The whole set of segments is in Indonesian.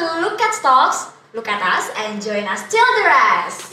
Look at Talks, look at us and join us till the rest.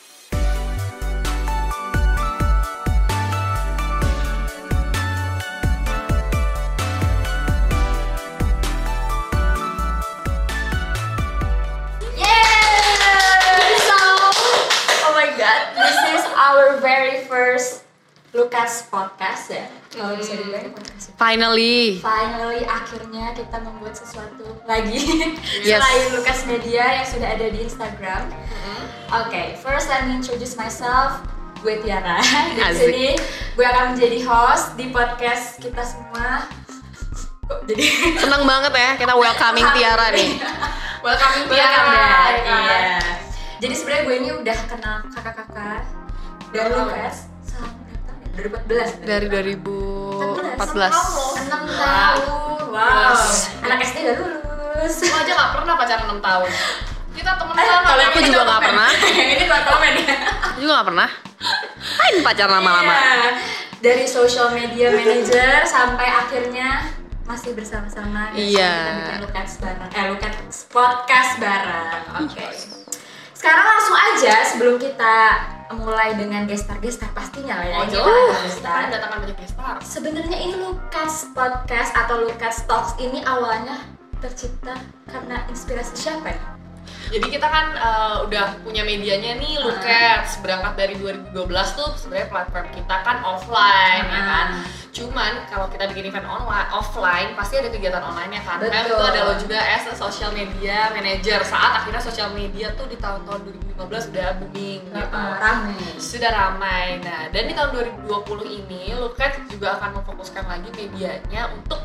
This is our very first Lukas podcast ya. Kalau bisa dibilang podcast. Finally, akhirnya kita membuat sesuatu lagi Yes. selain Lukas Media yang sudah ada di Instagram. Okay, first let me introduce myself. Gue Tiara. Di Asik. sini gue akan menjadi host di podcast kita semua. Kok jadi seneng banget ya kita welcoming Tiara nih. Welcome back. Iya. Jadi sebenarnya gue ini udah kenal kakak-kakak dari Lukas selama berapa tahun ya? 2014. Dari 2014. 6 tahun. Wow. Anak SD udah lulus. Gue aja gak pernah pacaran 6 tahun. Kita temenan Kalau Aku juga gak pernah. Ini buat komen ya. Aku juga gak pernah. Main pacar lama-lama. Iya. Dari social media manager sampai akhirnya masih bersama-sama. Dan Iya. kita bikin Lukas bareng. Lukas podcast bareng. Oke. Sekarang langsung aja sebelum kita mulai dengan gestar pastinya lah ya. Kita ada gestar. Kita datangkan banyak gestar. Sebenarnya ini Lukas Podcast atau Lukas Talks ini awalnya tercipta karena inspirasi siapa ya? Jadi kita kan udah punya medianya nih, Lukas. Berangkat dari 2012 tuh sebenarnya platform kita kan offline ya kan. Cuman kalau kita bikin event offline pasti ada kegiatan online ya kan. Nah itu ada lo juga as a social media manager. Saat akhirnya social media tuh di tahun-tahun 2015 udah booming gitu. Sudah ramai. Nah dan di tahun 2020 ini Lukas juga akan memfokuskan lagi medianya untuk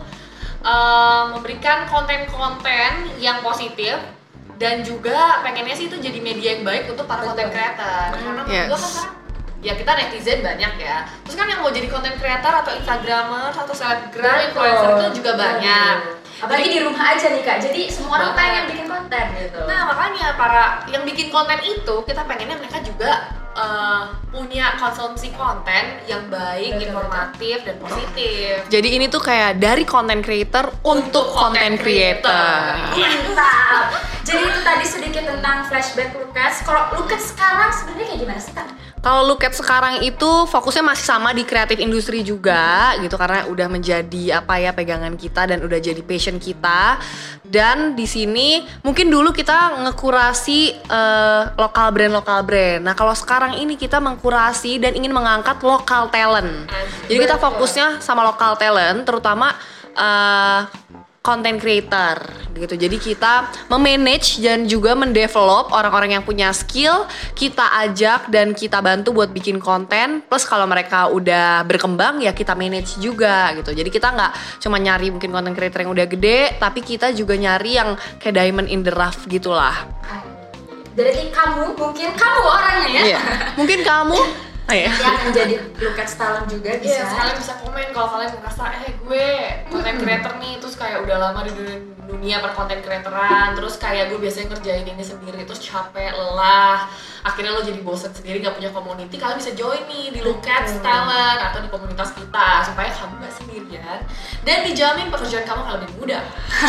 memberikan konten-konten yang positif. Dan juga pengennya sih itu jadi media yang baik untuk para content creator. Karena menurut gue kan sekarang ya kita netizen banyak ya. Terus kan yang mau jadi content creator atau instagramers atau selebgram, influencer itu juga banyak. Apalagi di rumah aja nih Kak, jadi semua orang pengen bikin konten gitu. Nah makanya para yang bikin konten itu kita pengennya mereka juga punya konsumsi konten yang baik, informatif dan positif. Jadi ini tuh kayak dari content creator untuk content creator. Mantap. Jadi itu tadi sedikit tentang flashback Lukas. Kalau Lukas sekarang sebenarnya kayak gimana sih Kak? Kalau Lukas sekarang itu fokusnya masih sama di kreatif industri juga gitu karena udah menjadi pegangan kita dan udah jadi passion kita. Dan di sini mungkin dulu kita ngekurasi lokal brand. Nah, kalau sekarang ini kita mengkurasi dan ingin mengangkat lokal talent. Jadi kita fokusnya sama lokal talent terutama content creator gitu. Jadi kita memanage dan juga mendevelop orang-orang yang punya skill, kita ajak dan kita bantu buat bikin konten. Plus kalau mereka udah berkembang ya kita manage juga gitu. Jadi kita nggak cuma nyari mungkin content creator yang udah gede, tapi kita juga nyari yang kayak diamond in the rough gitulah. Berarti mungkin kamu orangnya ya? Iya. Mungkin kamu yang menjadi Lukas talent juga bisa. Iya, kalian bisa komen kalau kalian merasa gue content creator nih, terus kayak udah lama di dunia per content creatoran, terus kayak gue biasanya ngerjain ini sendiri, terus capek, lelah, akhirnya lo jadi bosen sendiri, gak punya community. Kalian bisa join nih di Lukas Talent atau di komunitas kita supaya kamu gak sendirian dan dijamin pekerjaan kamu akan lebih mudah.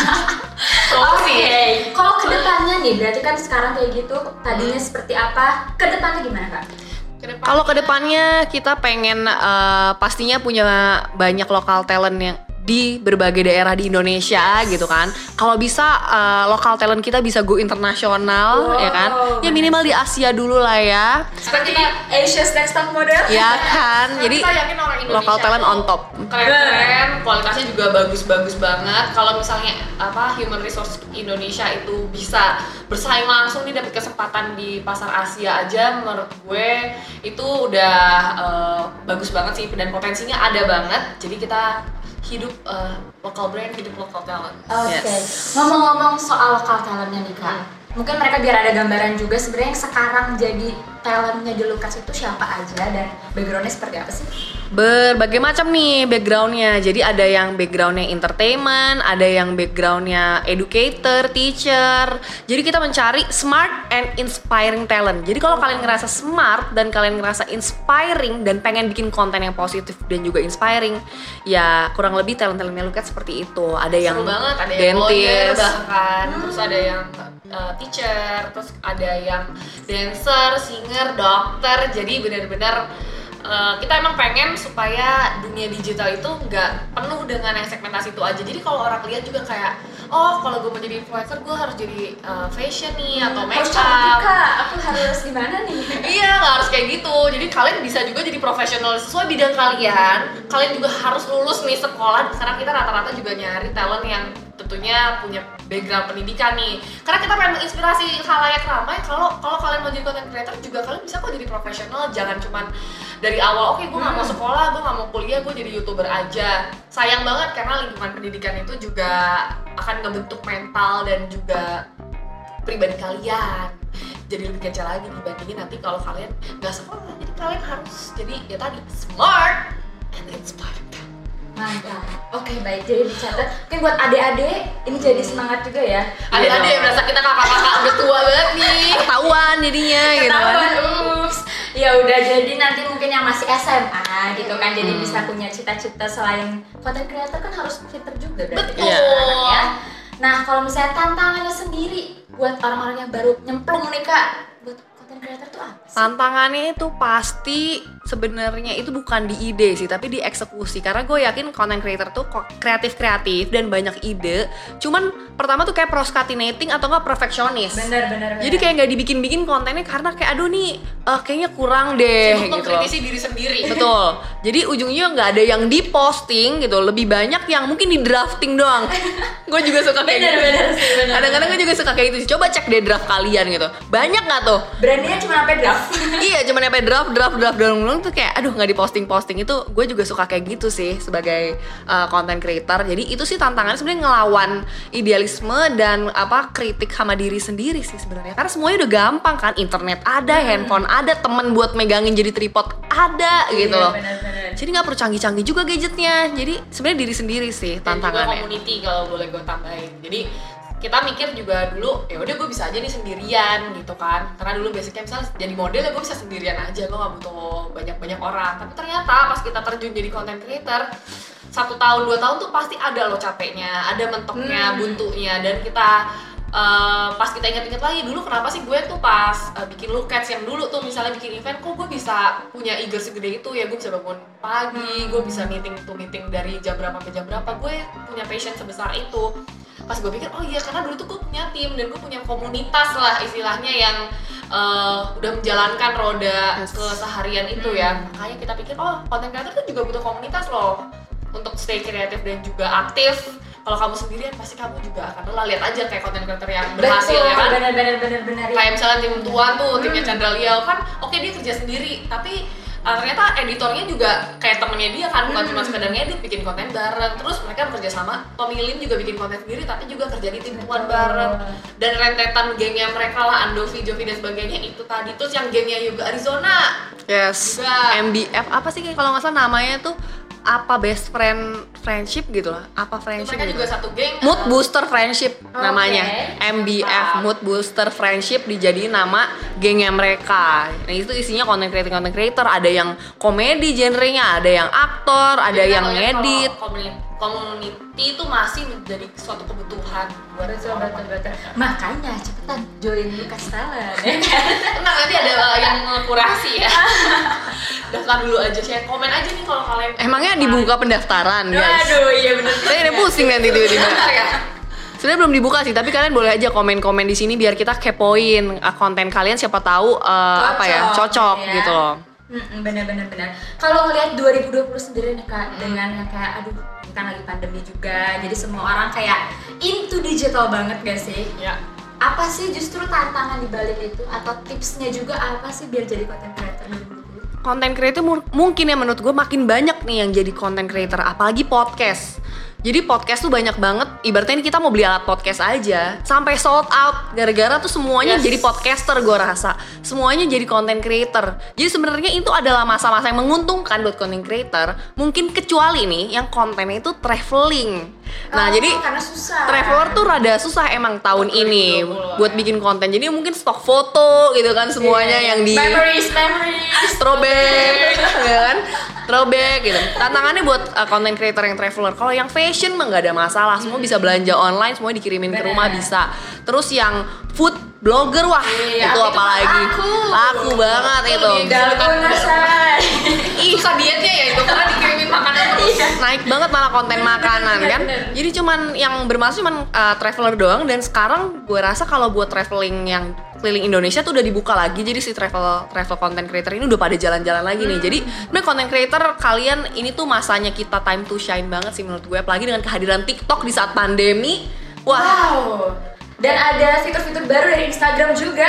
Oke. Kalau kedepannya nih, berarti kan sekarang kayak gitu, tadinya seperti apa? Kedepannya gimana Kak? Kalau kedepannya kita pengen pastinya punya banyak lokal talent yang di berbagai daerah di Indonesia gitu kan. Kalau bisa lokal talent kita bisa go internasional ya kan. Ya minimal di Asia dulu lah ya. Seperti Asia's Next Top Model. Ya kan. Jadi kita yakin orang Indonesia lokal talent on top. Keren, kualitasnya juga bagus-bagus banget. Kalau misalnya human resource Indonesia itu bisa bersaing langsung nih, dapat kesempatan di pasar Asia aja, menurut gue itu udah bagus banget sih dan potensinya ada banget. Jadi kita hidup local brand, hidup local talent. Oke. Ngomong-ngomong soal local talentnya nih Kak, mungkin mereka biar ada gambaran juga sebenarnya yang sekarang jadi talentnya di Lukas itu siapa aja dan backgroundnya seperti apa sih? Berbagai macam nih backgroundnya. Jadi ada yang backgroundnya entertainment, ada yang backgroundnya educator, teacher. Jadi kita mencari smart and inspiring talent. Jadi kalau kalian ngerasa smart dan kalian ngerasa inspiring dan pengen bikin konten yang positif dan juga inspiring, ya kurang lebih talent-talentnya Lukas seperti itu. Ada yang seru banget, ada yang lawyer dentist, bahkan, terus ada yang teacher, terus ada yang dancer, singer, dokter. Jadi benar-benar kita emang pengen supaya dunia digital itu nggak penuh dengan yang segmentasi itu aja. Jadi kalau orang lihat juga kayak, oh kalau gue mau jadi influencer gue harus jadi fashion nih atau make Harus up. cantik Kak, aku harus gimana nih? Iya, nggak harus kayak gitu. Jadi kalian bisa juga jadi profesional sesuai bidang kalian. Kalian juga harus lulus nih sekolah. Sekarang kita rata-rata juga nyari talent yang tentunya punya background pendidikan nih. Karena kita pengen menginspirasi khalayak ramai. Kalau kalian mau jadi content creator juga kalian bisa kok jadi profesional. Jangan cuman dari awal, oke gue nggak mau sekolah, gue nggak mau kuliah, gue jadi YouTuber aja. Sayang banget karena lingkungan pendidikan itu juga akan ngebentuk mental dan juga pribadi kalian. Jadi lebih kecil lagi dibandingin nanti kalau kalian nggak sekolah. Jadi kalian harus jadi ya tadi smart and inspired. Mantap. Oke, baik. Jadi dicatat. Mungkin buat adik-adik ini jadi semangat juga ya. Adik-adik yang merasa kita kakak-kakak udah tua banget nih. Ketahuan jadinya gitu kan. Ketahuan, ups. Ya udah, jadi nanti mungkin yang masih SMA gitu kan, jadi bisa punya cita-cita selain content creator kan harus pinter juga berarti kan Betul. sekarang ya. Nah, kalau misalnya tantangannya sendiri buat orang-orang yang baru nyemplung nih Kak, buat content creator tuh apa sih? Tantangannya itu pasti sebenarnya itu bukan di ide sih, tapi di eksekusi. Karena gue yakin content creator tuh kreatif dan banyak ide. Cuman pertama tuh kayak procrastinating atau enggak perfeksionis. Bener. Jadi kayak nggak dibikin kontennya karena kayak aduh nih kayaknya kurang deh Sibuk gitu loh. mengkritisi diri sendiri. Betul. Jadi ujungnya nggak ada yang diposting gitu. Lebih banyak yang mungkin di drafting doang. Gue juga suka kayak gitu. Bener sih, bener. Kadang-kadang gue juga suka kayak gitu sih. Coba cek deh draft kalian gitu. Banyak nggak tuh? Brandnya cuma sampai draft. Iya, cuma sampai draft doang tuh kayak aduh nggak diposting itu. Gue juga suka kayak gitu sih sebagai content creator. Jadi itu sih tantangannya sebenarnya ngelawan idealisme dan kritik sama diri sendiri sih sebenarnya. Karena semuanya udah gampang kan, internet ada, handphone ada, temen buat megangin jadi tripod ada gitu loh. Bener. Jadi nggak perlu canggih-canggih juga gadgetnya. Jadi sebenarnya diri sendiri sih Dan juga tantangannya. community kalau boleh gue tambahin. Jadi kita mikir juga dulu, ya udah gue bisa aja nih sendirian gitu kan. Karena dulu basicnya misalnya jadi model ya gue bisa sendirian aja, gue gak butuh banyak orang. Tapi ternyata pas kita terjun jadi content creator, 1 tahun 2 tahun tuh pasti ada loh capeknya, ada mentoknya, buntunya. Dan kita pas kita ingat-ingat lagi dulu kenapa sih gue tuh pas bikin Lookcats yang dulu tuh misalnya bikin event, kok gue bisa punya eager segede itu ya. Gue bisa bangun pagi, gue bisa meeting dari jam berapa sampai jam berapa, gue punya passion sebesar itu. Pas gue pikir, oh iya karena dulu tuh gue punya tim dan gue punya komunitas lah istilahnya yang udah menjalankan roda keseharian itu ya. Makanya kita pikir, oh content creator tuh juga butuh komunitas loh untuk stay kreatif dan juga aktif. Kalau kamu sendirian pasti kamu juga akan lelah. Lihat aja kayak content creator yang berhasil ya kan. Bener. Kayak misalnya tim Tuan tuh, timnya Chandra Liao kan, oke dia kerja sendiri, tapi ternyata editornya juga kayak temennya dia kan, bukan cuma sekedar ngedit, bikin konten bareng. Terus mereka bekerja sama, Tommy Lim juga bikin konten sendiri tapi juga kerja di tim Tuan bareng. Dan rentetan gengnya mereka lah, Andovi, Jovi dan sebagainya itu tadi. Terus yang gengnya Yoga Arizona Yes. juga. MBF apa sih kalau nggak salah namanya tuh best friendship gitu lah. Friendship Mereka gitu. juga satu geng. Mood Booster Friendship namanya. MBF Mantap. Mood Booster Friendship dijadiin nama gengnya mereka. Nah itu isinya content creator, ada yang komedi genrenya, ada yang aktor, ada Jadi yang kalau ngedit. community itu masih menjadi suatu kebutuhan buat Betul. orang. Makanya cepetan join Lucas Talent. Tenang, nanti ada yang kurasi ya. Daftar dulu aja, share komen aja nih kalau kalian. Emangnya dibuka pendaftaran guys? Aduh, iya bener. Saya udah pusing nanti tiba-tiba. Bentar ya. Sebenarnya belum dibuka sih, tapi kalian boleh aja komen-komen di sini biar kita kepoin konten kalian, siapa tahu cocok ya. gitu loh. Bener. Kalau ngelihat 2020 sendiri nih Kak, dengan yang kayak aduh kan lagi pandemi juga, jadi semua orang kayak into digital banget gak sih? Ya. Apa sih justru tantangan di balik itu atau tipsnya juga apa sih biar jadi content creator 2020? Content creator mungkin ya menurut gue makin banyak nih yang jadi content creator, apalagi podcast. Jadi podcast tuh banyak banget, ibaratnya ini kita mau beli alat podcast aja sampai sold out gara-gara tuh semuanya jadi podcaster, gue rasa semuanya jadi content creator. Jadi sebenarnya itu adalah masa-masa yang menguntungkan buat content creator, mungkin kecuali nih yang kontennya itu traveling. Nah jadi karena susah. traveler tuh rada susah emang tahun ini 2020 buat bikin konten. Jadi mungkin stok foto gitu kan semuanya yang di memories throwback ya kan. throwback gitu. Tantangannya buat content creator yang traveler. Kalau yang fashion mah nggak ada masalah, semua bisa belanja online, semua dikirimin ke rumah bisa. Terus yang food blogger wah Iya, itu apalagi laku banget itu. Susah dietnya ya itu karena dikirimin makanan terus. Naik banget malah konten makanan kan. Jadi cuman yang bermaksud cuman traveler doang, dan sekarang gue rasa kalau buat traveling yang keliling Indonesia tuh udah dibuka lagi. Jadi si travel content creator ini udah pada jalan-jalan lagi nih. Jadi sebenarnya content creator kalian ini tuh masanya kita time to shine banget sih menurut gue, apalagi dengan kehadiran TikTok di saat pandemi. Wow. Dan ada fitur-fitur baru dari Instagram juga.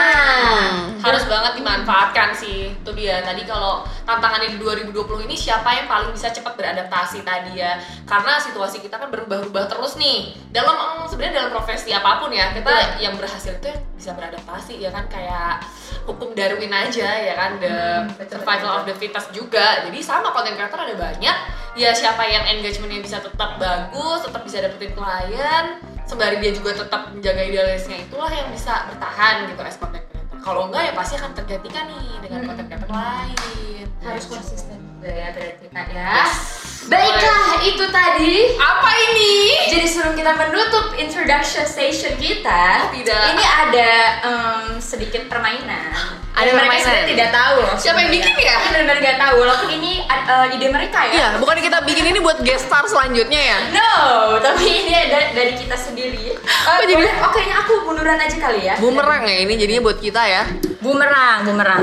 Nah, Harus banget dimanfaatkan sih. Itu dia. Tadi kalau tantangannya di 2020 ini siapa yang paling bisa cepat beradaptasi tadi ya. Karena situasi kita kan berubah-ubah terus nih. Sebenarnya dalam profesi apapun ya, kita yang berhasil itu yang bisa beradaptasi ya kan, kayak hukum Darwin aja ya kan, the survival of the fittest juga. Jadi sama content creator ada banyak. Ya siapa yang engagementnya bisa tetap bagus, tetap bisa dapetin klien, sembari dia juga tetap menjaga idealisnya, itulah yang bisa bertahan gitu as content creator. Kalau enggak ya pasti akan tergantikan nih dengan content creator lain. harus konsisten juga ya berarti Kak ya. Baiklah, itu tadi. Apa ini? Jadi sebelum kita menutup introduction session kita, Tidak. ini ada sedikit permainan. Ada Mereka permainan. sebenarnya tidak tahu loh. Siapa yang bikin ya? Benar-benar nggak tahu. Walaupun ini ide mereka ya. Iya, bukan kita bikin ini buat guest star selanjutnya ya. No, tapi ini ada dari kita sendiri. jadi? Kayaknya aku munduran aja kali ya. Bumerang ya ini jadinya buat kita ya. Bumerang.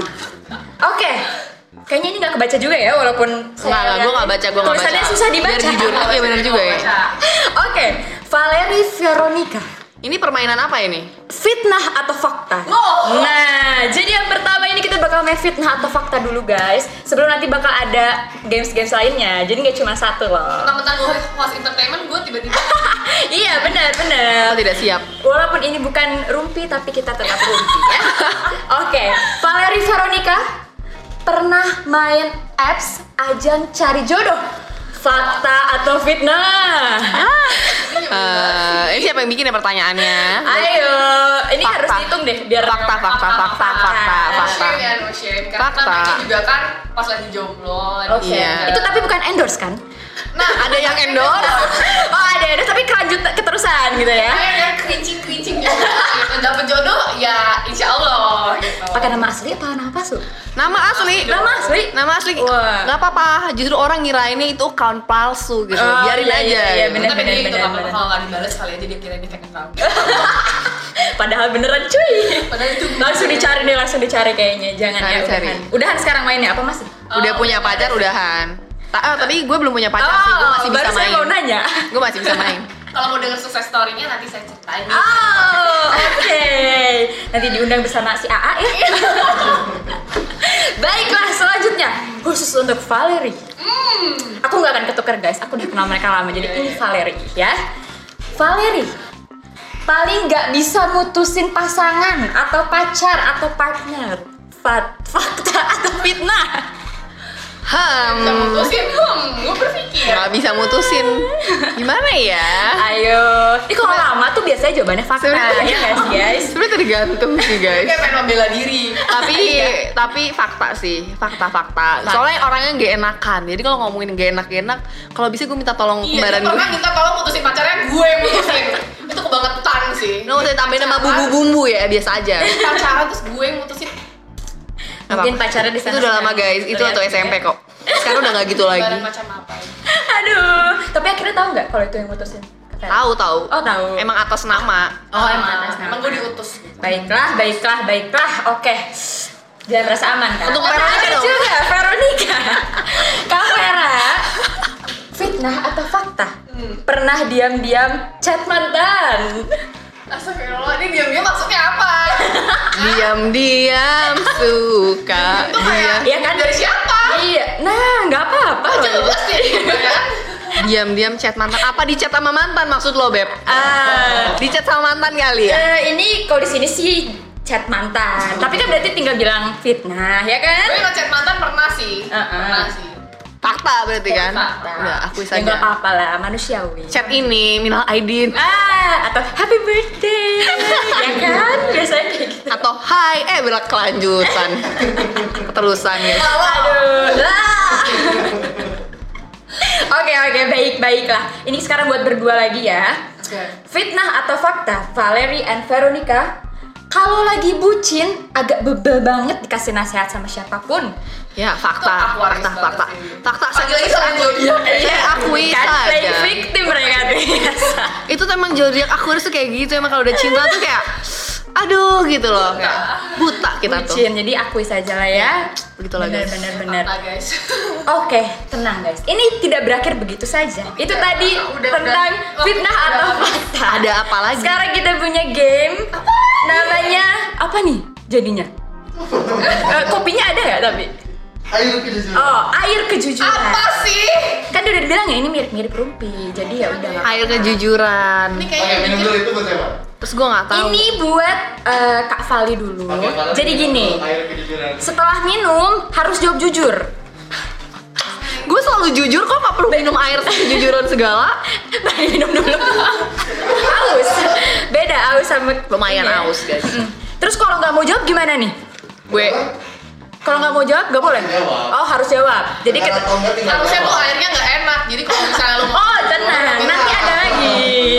Oke. Kayaknya ini nggak kebaca juga ya, walaupun Enggak, gue nggak baca, gue nggak baca. Tulisannya susah dibaca. Biar jujur, iya benar juga ya. Oke, Valerie Veronica. Ini permainan apa ini? Fitnah atau fakta? Oh. Nah, jadi yang pertama ini kita bakal main fitnah atau fakta dulu guys. Sebelum nanti bakal ada games-games lainnya. Jadi nggak cuma satu loh. Mentang-mentang gue host entertainment, gue tiba-tiba Iya, benar. Aku tidak siap. Walaupun ini bukan rumpi, tapi kita tetap rumpi ya. Oke, Valerie Veronica pernah main apps ajang cari jodoh? Fakta atau fitnah? Ini siapa yang bikin ya pertanyaannya? Ayo, ini Fakta. harus dihitung deh biar Fakta. no shame ya, no shame. Karena Fakta. namanya juga kan pas lagi jomblo. Oke. Iya. Itu tapi bukan endorse kan? Nah, ada yang endorse. Oh, ada endorse tapi keterusan gitu ya. Kayak kerincing juga gitu. Dapet jodoh ya insya Allah gitu. Pakai nama asli apa nama palsu? Nama asli. Nama asli. Wah. Nggak apa-apa. Justru orang ngirainnya itu account palsu gitu. Oh, Biarin iya, aja. iya, bener. Tapi dia gitu apa kalau nggak dibalas kali aja dia kira ini fake account. Padahal beneran cuy. Padahal itu Langsung dicari kayaknya. Jangan ya, Cari. udahan sekarang mainnya apa masih? Udah punya pacar, udahan. Tapi gue belum punya pacar sih. Gue masih bisa baru saya main. mau nanya. Gue masih bisa main. Kalau mau denger sukses story-nya nanti saya ceritain. Oh, oke. Nanti diundang bersama si AA ya. Baiklah, selanjutnya khusus untuk Valerie. Aku nggak akan ketukar guys, aku udah kenal mereka lama, jadi ini Valerie ya. Valerie paling nggak bisa mutusin pasangan atau pacar atau partner. Fakta atau fitnah? Bisa mutusin, gue berpikir. Nggak bisa mutusin. Gimana ya? Ayo. Ini kalau lama tuh biasanya jawabannya fakta ya nggak sih guys? Sebenarnya tergantung sih guys. Kayak pengen membela diri. tapi fakta sih, fakta. Soalnya orangnya gak enakan. Jadi kalau ngomongin gak enak, kalau bisa gue minta tolong Iya, kembaran dia gue. pernah minta tolong mutusin pacarnya, gue yang mutusin. Itu kebangetan sih. Nggak usah tambahin sama bumbu-bumbu ya, biasa aja. Pacaran terus gue yang mutusin. Mungkin pacarnya di sana. Itu udah lama guys, itu waktu SMP kok. Sekarang udah gak gitu lagi. Barang macam apa? Aduh. Tapi akhirnya tahu nggak kalau itu yang mutusin? Tahu. Oh tahu. Emang atas nama. Oh emang atas nama. Emang gue diutus. Baiklah. Oke. Jangan merasa aman kan? Untuk Veronica dong. juga, Veronica. Kamera. Fitnah atau fakta? Pernah diam-diam chat mantan? Astagfirullah, ini diam-diam maksudnya apa? Diam-diam suka dia. Iya kan? Dari siapa? Iya. Nah, nggak apa-apa loh. Jelas ya gitu kan? Diam-diam chat mantan. Apa di chat sama mantan maksud lo, Beb? Di chat sama mantan kali ya? Ini kalau di sini sih chat mantan. Tapi kan berarti tinggal bilang fitnah, ya kan? Gue ngechat mantan pernah sih. Pernah sih. Fakta berarti kan? Fakta. Udah, akui Ya nggak saja. apa-apa lah, manusiawi. Chat ini minal aidin Atau happy birthday, ya kan? Biasanya kayak gitu. atau hai berkelanjutan. Keterusan ya. Aduh, lah. Oke, baiklah. Ini sekarang buat berdua lagi ya. Fitnah atau fakta, Valerie and Veronica. Kalau lagi bucin, agak bebel banget dikasih nasihat sama siapapun. Ya, fakta. Lagi-lagi soal zodiak. Saya akui Kan playing saja. victim mereka tuh biasa. Itu tuh emang zodiak Aquarius tuh kayak gitu. Emang kalau udah cinta tuh kayak aduh gitu loh, kayak buta kita tuh. Bucin, jadi akui saja lah ya. Begitulah guys. Benar. Fakta, guys. Oke, tenang guys. Ini tidak berakhir begitu saja. Itu tadi tentang fitnah atau fakta. Ada apa lagi? Sekarang kita punya game. Namanya apa nih jadinya? Kopinya ada nggak tapi? Air kejujuran. Oh, air kejujuran. Apa sih? Kan udah dibilang ya ini mirip-mirip rumpi. Jadi ya udah. nggak Air kejujuran. Ini Oke, kayaknya minum dulu itu buat siapa? Terus gue nggak tahu. Ini buat Kak Vali dulu. Oke, Valen, Jadi gini, air kejujuran. setelah minum harus jawab jujur. Gue selalu jujur kok, nggak perlu minum air kejujuran segala. Baik, minum dulu. Aus. Beda aus sama Lumayan ini ya. aus guys. Terus kalau nggak mau jawab gimana nih? Gue Kalau nggak mau jawab nggak boleh. Jawab. Oh, harus jawab. Jadi Karena atau enggak tinggal harusnya tuh jawab. airnya nggak enak. Jadi kalau misalnya lu Oh, tenang. Nanti ada lagi.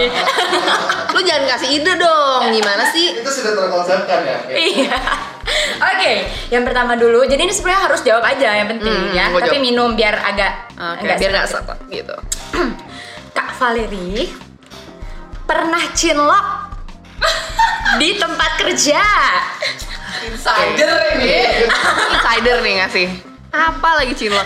lu jangan kasih ide dong. Gimana sih? Itu sudah terkonsepkan ya. Oke. Iya. Oke, yang pertama dulu. Jadi ini sebenarnya harus jawab aja yang penting ya. gua Tapi jawab. minum biar agak Oke, biar nggak sepet gitu. Kak Valerie pernah cinlok di tempat kerja. insider ini. Insider nih ngasih. Apa lagi cinlok?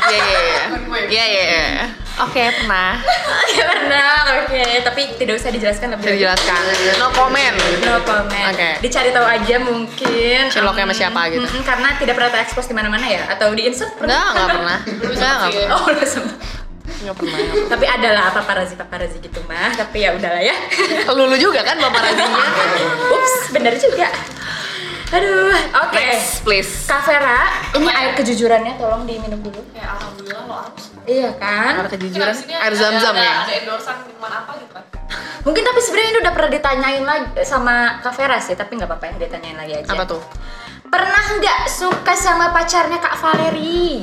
Iya. Oke, pernah. Oke, pernah. Oke, tapi tidak usah dijelaskan Bisa lebih. dijelaskan. No comment. No comment. Oke. Dicari tahu aja mungkin. Cinloknya sama siapa gitu. Karena tidak pernah terekspos di mana-mana ya, atau di insert Nggak pernah. Nggak pernah. Oh, belum sempat. Nggak pernah. Tapi adalah paparazi gitu mah. Tapi ya udahlah ya. Lu juga kan paparazinya. Ups, bener juga. Aduh, oke. Next, please. Kak Vera, ini air kejujurannya tolong diminum dulu. Ya alhamdulillah lo harus. Iya kan? Air kejujuran, Di sini air ada- zam-zam ada- ya. Ada endorsan minuman apa gitu kan? Mungkin tapi sebenarnya ini udah pernah ditanyain lagi sama Kak Vera sih, tapi nggak apa-apa ya ditanyain lagi aja. Apa tuh? Pernah nggak suka sama pacarnya Kak Valerie?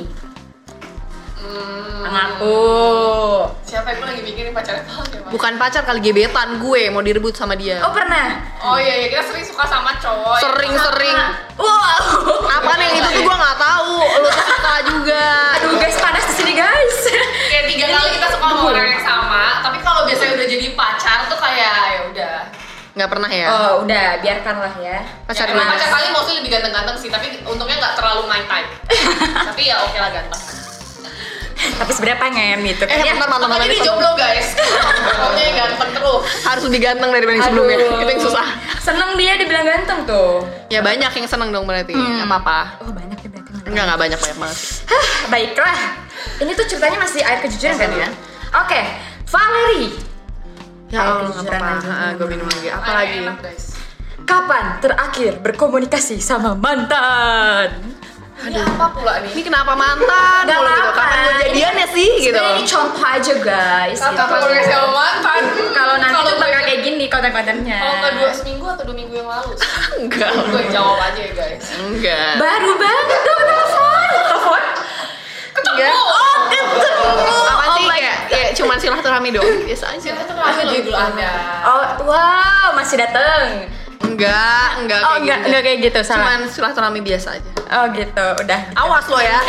Ngaku. Siapa yang gue lagi mikirin pacarnya tahu ya, Mas? Bukan pacar kali, gebetan gue mau direbut sama dia. Oh pernah? Oh iya, kita sering suka sama cowok. Sering. Wow. Apaan yang itu tuh gue nggak tahu. Lu tuh suka juga. Aduh guys, panas di sini guys. Kayak 3 kali kita suka sama orang yang sama, tapi kalau biasanya udah jadi pacar tuh kayak ya udah. Nggak pernah ya. Oh udah, biarkanlah ya. Pacar Ya, emang dulu. pacar kali mostly lebih ganteng-ganteng sih, tapi untungnya nggak terlalu my type. Tapi ya oke lah ganteng. Tapi sebenarnya pengen gitu kan ya. bentar, mantan Makanya ini di jomblo guys. Pokoknya yang ganteng terus. harus lebih ganteng daripada yang sebelumnya. Itu yang susah. Seneng dia dibilang ganteng tuh. Ya banyak yang seneng dong berarti. Nggak apa-apa. Oh banyak ya berarti. Nggak banyak banget. Hah, baiklah. Ini tuh ceritanya masih air kejujuran kan ya? Oke, Valerie. Ya Air Allah, nggak kejujuran apa-apa. lagi. Gue minum lagi. Apa Air lagi? enak, guys. Kapan terakhir berkomunikasi sama mantan? Ini apa pula nih? Ini kenapa mantan? Gak Mulu gitu. apa-apa. Kapan gue jadian ya sih gitu. Sebenarnya ini contoh aja guys. Kata gitu. keluarga sama mantan. Kalau nanti tuh gue- bakal kayak gini konten-kontennya. Kalau nggak 2 seminggu atau 2 minggu yang lalu. Enggak. Gue jawab aja ya guys. Enggak. Baru banget dong telepon. Enggak. Oh ketemu. Apa sih Oh my kayak ya cuman silaturahmi doang. Biasa aja. Silaturahmi loh Idul Adha. Oh wow masih dateng. Enggak Oh kayak enggak kayak gitu salah. Cuman silaturahmi biasa aja. Oh gitu udah. Awas lo ya.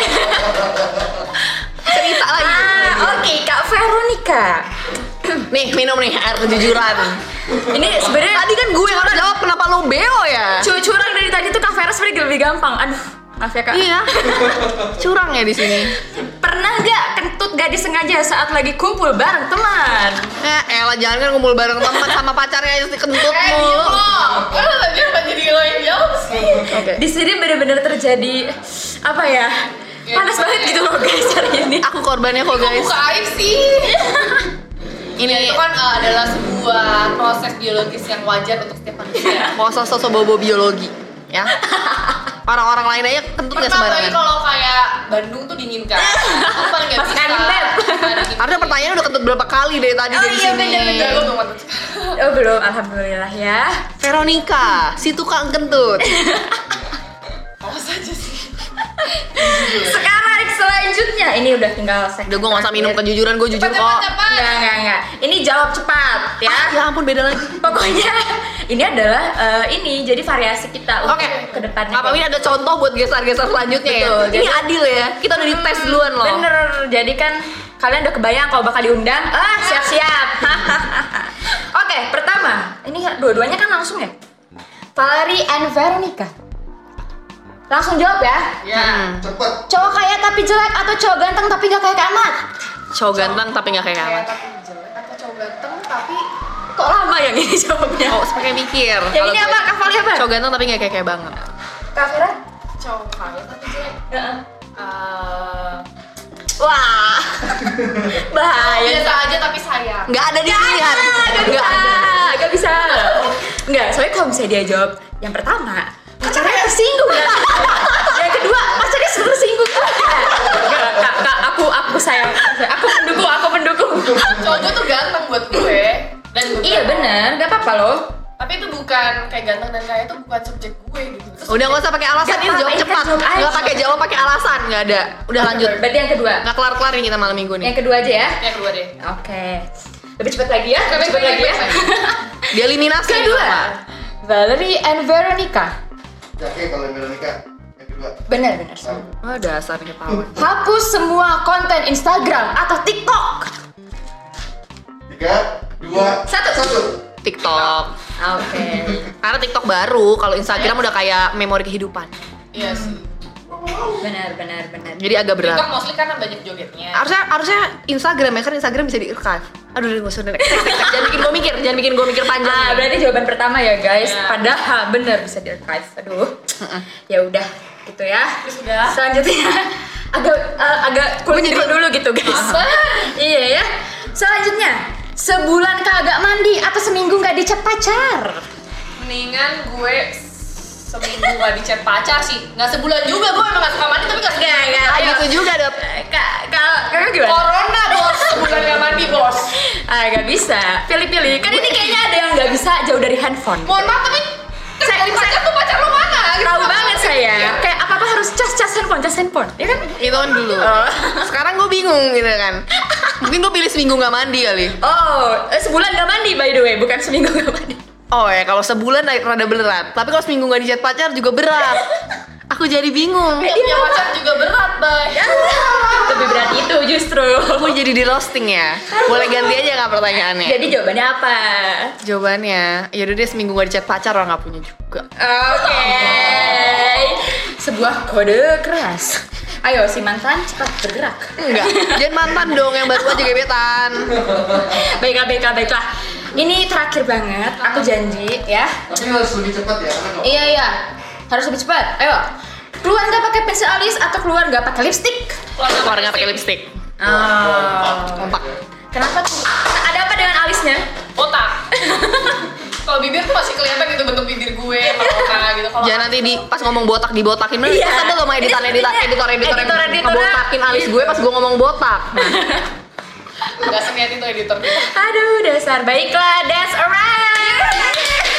Cerita lagi. Oke Kak Veronica. Nih, minum nih air kejujuran. Ini sebenarnya Tadi kan gue yang harus jawab, kenapa lo beo ya? curang dari tadi tuh Kak Vera sebenarnya lebih gampang. Aduh maaf ya Kak. Iya. Curang ya di sini. Pernah nggak kentut gak disengaja saat lagi kumpul bareng teman? Elah jangan kan ngumpul bareng teman sama pacarnya aja kentut Diem mulu. lo. Tadi apa jadi lo yang jawab sih? Di sini benar-benar terjadi apa ya? Panas banget gitu loh guys hari ini. Aku korbannya kok Kok guys. buka aib sih? Ini Itu kan adalah sebuah proses biologis yang wajar untuk setiap manusia. mau sosok bobo biologi, ya. Orang-orang lain aja kentut gak Pertama lagi sembarangan. kalau kayak Bandung tuh dingin kan. Itu paling nggak Masuk bisa. angin, Beb. Harusnya pertanyaan udah kentut berapa kali dari tadi Oh dari iya, sini. bener-bener. Gue belum mantap sekarang. Oh belum, alhamdulillah ya. Veronica, si tukang kentut. Awas aja sih. Sekarang Selanjutnya, ini udah tinggal segmen Udah gue gak usah minum terakhir. kejujuran, gue jujur kok. Enggak. Ini jawab cepat ya. Ya ampun, beda lagi. Pokoknya ini adalah ini jadi variasi kita Oke, untuk kedepannya. Apa ini ada contoh buat geser-geser selanjutnya ya? Betul, Ini jadi- adil ya, kita udah dites duluan loh. Bener, jadi kan kalian udah kebayang kalau bakal diundang. Siap-siap. Oke, pertama, ini dua-duanya kan langsung ya. Valerie and Veronica. Langsung jawab ya. Ya. Cepet. Cowok kaya tapi jelek atau cowok ganteng tapi gak kayak amat? Cowok ganteng tapi gak kayak Kayak amat. tapi jelek atau cowok ganteng tapi Kok lama yang ini jawabnya? Oh, pakai mikir. Yang Kalau ini gue- apa? Kak Vali apa? Cowok ganteng tapi gak kayak banget. Kak Vera? cowok kaya tapi jelek. Wah. Bahaya. Biasa aja tapi sayang. Gak ada di pilihan. Gak bisa. Enggak, soalnya kalau misalnya dia jawab yang pertama, pacarnya tersinggung kan? Yang kedua, pacarnya tersinggung kan? Enggak, Kak, aku sayang. Aku pendukung. Cowok gue tuh ganteng buat gue dan gue Iya bener, gak apa-apa loh. Tapi itu bukan kayak ganteng dan kaya itu bukan subjek gue gitu. Terus Udah gak usah pakai alasan, Gak ini apa-apa, jawab ini kan cepat. jawab aja. Gak pakai jawab pakai alasan, gak ada. Udah lanjut. Berarti yang kedua. Gak kelar-kelar nih kita malam minggu nih. Yang kedua aja ya. yang kedua deh. Oke. Lebih cepat lagi ya. Lebih cepat lagi ya. Dieliminasi nih Kedua, sama. Valerie and Veronica. Oke, kalau yang Veronica. Yang kedua. Bener. Oh dasar ketahuan. Hapus semua konten Instagram atau TikTok. 3, 2, Satu. 1. TikTok. Oke. Karena TikTok baru, kalau Instagram udah kayak memori kehidupan. Iya sih. Benar. Jadi agak berat. TikTok mostly karena banyak jogetnya. Harusnya Instagram ya, kan Instagram bisa di-archive. Aduh, gak usah next. Jangan bikin gue mikir panjang. nih. Berarti jawaban pertama ya guys. Ya. Padahal bener bisa di archive. Aduh. Ya udah gitu ya. Terus udah. Selanjutnya agak kulit dulu gitu guys. Iya ya. Selanjutnya, sebulan kagak mandi atau seminggu nggak dicat pacar? Mendingan gue seminggu gak dicat pacar sih. Nggak sebulan juga, gue emang gak suka mandi tapi gak seminggu. Nggak. Ah, gitu juga dong. Kakak gimana? Corona bos, sebulan gak mandi bos. Gak bisa. Pilih-pilih. Kan ini kayaknya ada yang nggak bisa jauh dari handphone. Mohon maaf tapi Saya- pacar tuh pacar lo mana? Gitu. Tahu banget saya. Kayak apa-apa harus cas handphone, ya kan? Itu kan dulu. Sekarang gue bingung gitu kan. Mungkin gue pilih seminggu gak mandi kali. Oh, sebulan gak mandi by the way, bukan seminggu gak mandi. Oh ya, kalau sebulan rada berat. Tapi kalau seminggu gak dicat pacar juga berat. Aku jadi bingung. Gak punya pacar juga berat, Bay. Lebih berat itu justru. Gue jadi di roasting ya. Boleh ganti aja nggak pertanyaannya? Jadi jawabannya apa? Jawabannya, ya udah deh seminggu gak dicat pacar orang nggak punya juga. Oke. Sebuah kode keras. Ayo si mantan cepat bergerak. Enggak, jangan mantan dong yang baru aja gebetan. Baiklah. Ini terakhir banget, aku janji ya. Tapi harus lebih cepat ya, karena kalau Iya. Harus lebih cepat. Ayo. Keluar nggak pakai pensil alis atau keluar nggak pakai lipstick? Keluar nggak pakai lipstick. Kompak. Kenapa tuh? Ada apa dengan alisnya? Otak. Kalau bibir tuh masih kelihatan gitu bentuk bibir gue, otak gitu. Kalau Jangan nanti pas ngomong botak dibotakin. Iya. Terus ada loh sama editor ngebotakin alis gue pas gue ngomong botak. nggak seniat itu editor kita. Aduh, dasar. Baiklah, that's alright.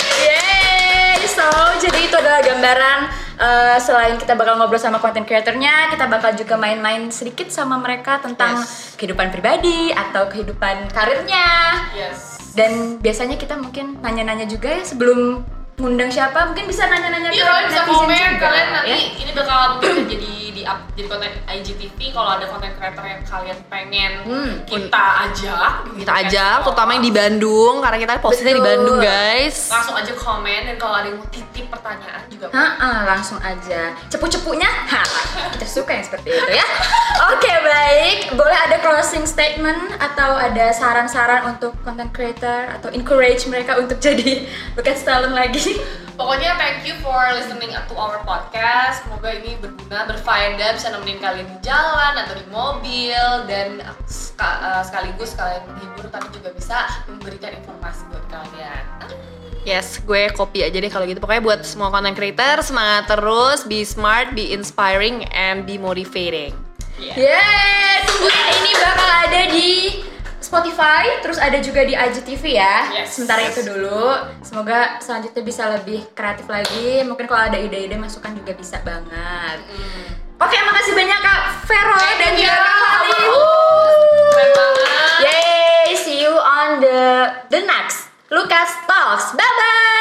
Yay. So, jadi itu adalah gambaran selain kita bakal ngobrol sama content creatornya, kita bakal juga main-main sedikit sama mereka tentang kehidupan pribadi atau kehidupan karirnya. Yes. Dan biasanya kita mungkin nanya-nanya juga ya sebelum ngundang siapa, mungkin bisa nanya-nanya Iya, kalian bisa netizen komen, juga, kalian nanti ya. ini bakal mungkin jadi konten IGTV kalau ada konten creator yang kalian pengen kita ajak. Kita ajak, terutama yang di Bandung karena kita posisinya di Betul. Bandung guys. Langsung aja komen dan kalau ada yang mau titip pertanyaan juga. Langsung aja. Cepu-cepunya, kita suka yang seperti itu ya. Oke, baik. Boleh ada closing statement atau ada saran-saran untuk content creator atau encourage mereka untuk jadi bukan talent lagi? Pokoknya thank you for listening to our podcast. Semoga ini berguna, berfaedah, bisa nemenin kalian di jalan atau di mobil dan sekaligus kalian menghibur tapi juga bisa memberikan informasi buat kalian. Yes, gue copy aja deh kalau gitu. Pokoknya buat semua content creator, semangat terus, be smart, be inspiring, and be motivating. Yeay, tungguin ini bakal ada di Spotify, terus ada juga di IGTV ya. Yes. Sementara itu dulu. Semoga selanjutnya bisa lebih kreatif lagi. Mungkin kalau ada ide-ide masukan juga bisa banget. Oke, makasih banyak Kak Vero dan juga you. Kak Fali. Keren banget. Yay, see you on the next Lucas Talks. Bye bye.